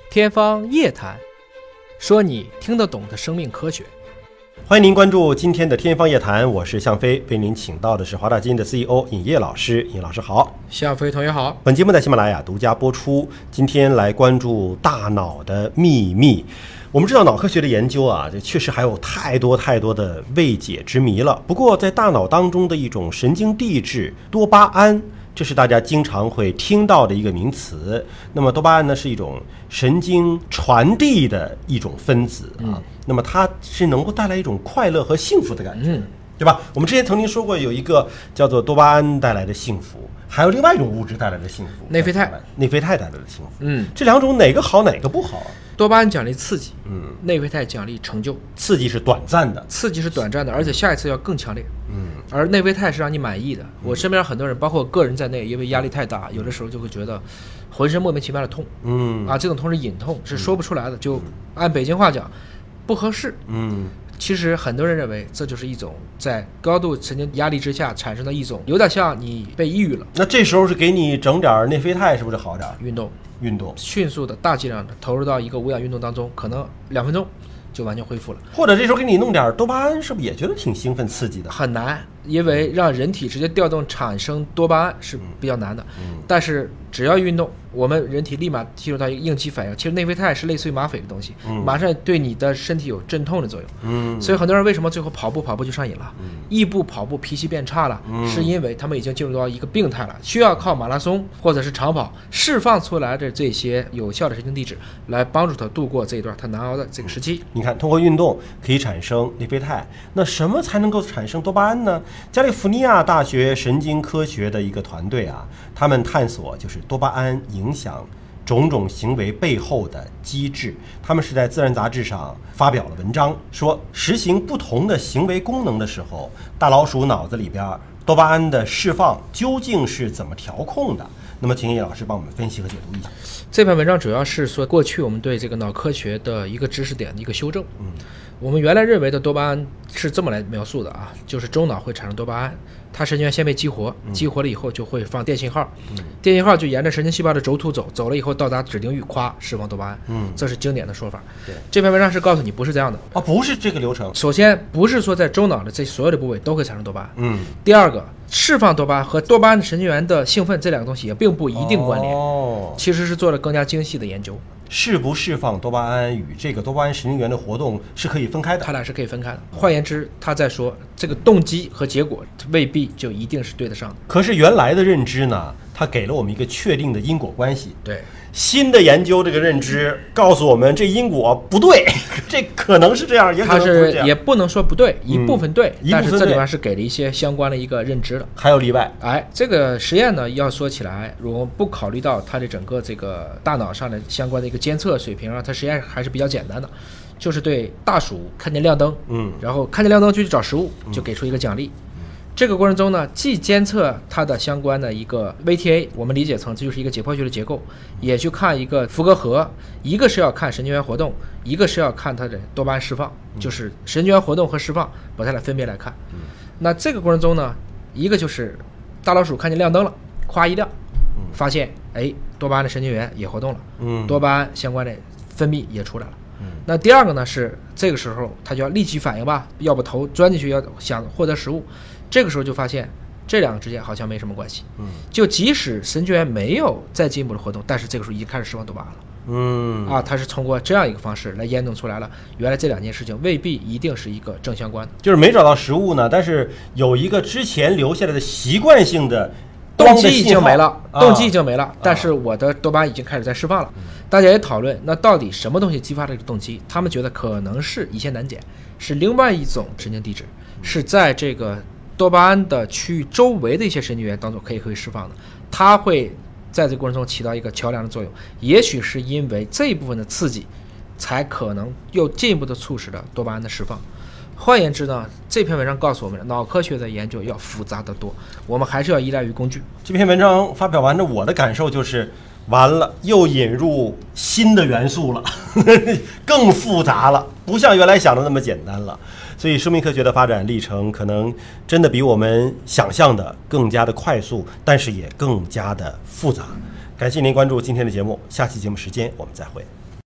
天方夜谭，说你听得懂的生命科学。 欢迎您关注今天的天方夜谭，我是向飞，为您请到的是华大基因的 CEO 尹烨老师。尹老师好。 向飞同学好。 本节目在喜马拉雅独家播出。今天来关注大脑的秘密。我们知道脑科学的研究啊，这确实还有太多的未解之谜了。不过在大脑当中的一种神经递质多巴胺，这是大家经常会听到的一个名词。那么多巴胺呢，是一种神经传递的一种分子啊。那么它是能够带来一种快乐和幸福的感觉，对吧？我们之前曾经说过，有一个叫做多巴胺带来的幸福，还有另外一种物质带来的幸福，内啡肽带来的幸福。这两种哪个好哪个不好啊？ 多巴胺奖励刺激，内啡肽奖励成就。 刺激是短暂的， 而且下一次要更强烈。而内啡肽是让你满意的。我身边很多人，包括我个人在内，因为压力太大，有的时候就会觉得浑身莫名其妙的痛。这种痛是隐痛，是说不出来的，就按北京话讲，不合适。其实很多人认为这就是一种在高度神经压力之下产生的一种，有点像你被抑郁了。 那这时候是给你整点内啡肽，是不是好点？运动迅速的大剂量的投入到一个无氧运动当中，可能2分钟就完全恢复了。 或者这时候给你弄点多巴胺，是不是也觉得挺兴奋刺激的？ 很难，因为让人体直接调动产生多巴胺是比较难的。但是只要运动，我们人体立马进入到一个应激反应。其实内啡肽是类似于吗啡的东西，马上对你的身体有镇痛的作用。所以很多人为什么最后跑步就上瘾了，异步跑步脾气变差了，是因为他们已经进入到一个病态了，需要靠马拉松或者是长跑释放出来的这些有效的神经递质来帮助他度过这一段他难熬的这个时期。 你看，通过运动可以产生内啡肽，那什么才能够产生多巴胺呢？加利福尼亚大学神经科学的一个团队啊，他们探索就是多巴胺影响种种行为背后的机制。他们是在《自然》杂志上发表了文章，说实行不同的行为功能的时候，大老鼠脑子里边多巴胺的释放究竟是怎么调控的？那么请叶老师帮我们分析和解读一下。 这篇文章主要是说过去我们对这个脑科学的一个知识点的一个修正。我们原来认为的多巴胺是这么来描述的啊，就是中脑会产生多巴胺，它神经元先被激活，激活了以后就会放电信号，电信号就沿着神经细胞的轴突走了以后到达指定域，咵释放多巴胺。这是经典的说法。这篇文章是告诉你不是这样的啊，不是这个流程。 首先不是说在中脑的这所有的部位都会产生多巴胺。第二个，释放多巴胺和多巴胺的神经元的兴奋这两个东西也并不一定关联。其实是做了更加精细的研究。 释不释放多巴胺与这个多巴胺神经元的活动是可以分开的， 它俩是可以分开的。换言之，他在说这个动机和结果未必就一定是对得上的。 可是原来的认知呢，它给了我们一个确定的因果关系。 对， 新的研究这个认知告诉我们这因果不对，这可能是这样，也可能不是这样。 也不能说不对，一部分对，但是这里面是给了一些相关的一个认知的， 还有例外。 这个实验呢，要说起来，如果不考虑到它的整个这个大脑上的相关的一个监测水平啊，它实验还是比较简单的，就是对大鼠看见亮灯，然后看见亮灯就去找食物，就给出一个奖励。这个过程中呢，既监测它的相关的一个 VTA， 我们理解成这就是一个解剖学的结构，也去看一个福格核，一个是要看神经元活动，一个是要看它的多巴胺释放，就是神经元活动和释放，把它俩分别来看。那这个过程中呢，一个就是大老鼠看见亮灯了，咵一亮，发现多巴胺的神经元也活动了，多巴胺相关的分泌也出来了。那第二个呢，是这个时候它就要立即反应吧，要把头钻进去，要想获得食物。这个时候就发现这两个之间好像没什么关系。就即使神经元没有再进一步的活动，但是这个时候已经开始释放多巴胺了。它是通过这样一个方式来验证出来了，原来这两件事情未必一定是一个正相关的。 就是没找到食物呢，但是有一个之前留下来的习惯性的动机已经没了，但是我的多巴胺已经开始在释放了。大家也讨论，那到底什么东西激发这个动机？他们觉得可能是乙酰胆碱，是另外一种神经递质，是在这个多巴胺的区域周围的一些神经元当中可以释放的，它会在这个过程中起到一个桥梁的作用。也许是因为这一部分的刺激，才可能又进一步的促使了多巴胺的释放。换言之呢，这篇文章告诉我们，脑科学的研究要复杂得多，我们还是要依赖于工具。 这篇文章发表完了，我的感受就是完了，又引入新的元素了更复杂了，不像原来想的那么简单了。所以生命科学的发展历程可能真的比我们想象的更加的快速，但是也更加的复杂。感谢您关注今天的节目，下期节目时间我们再会。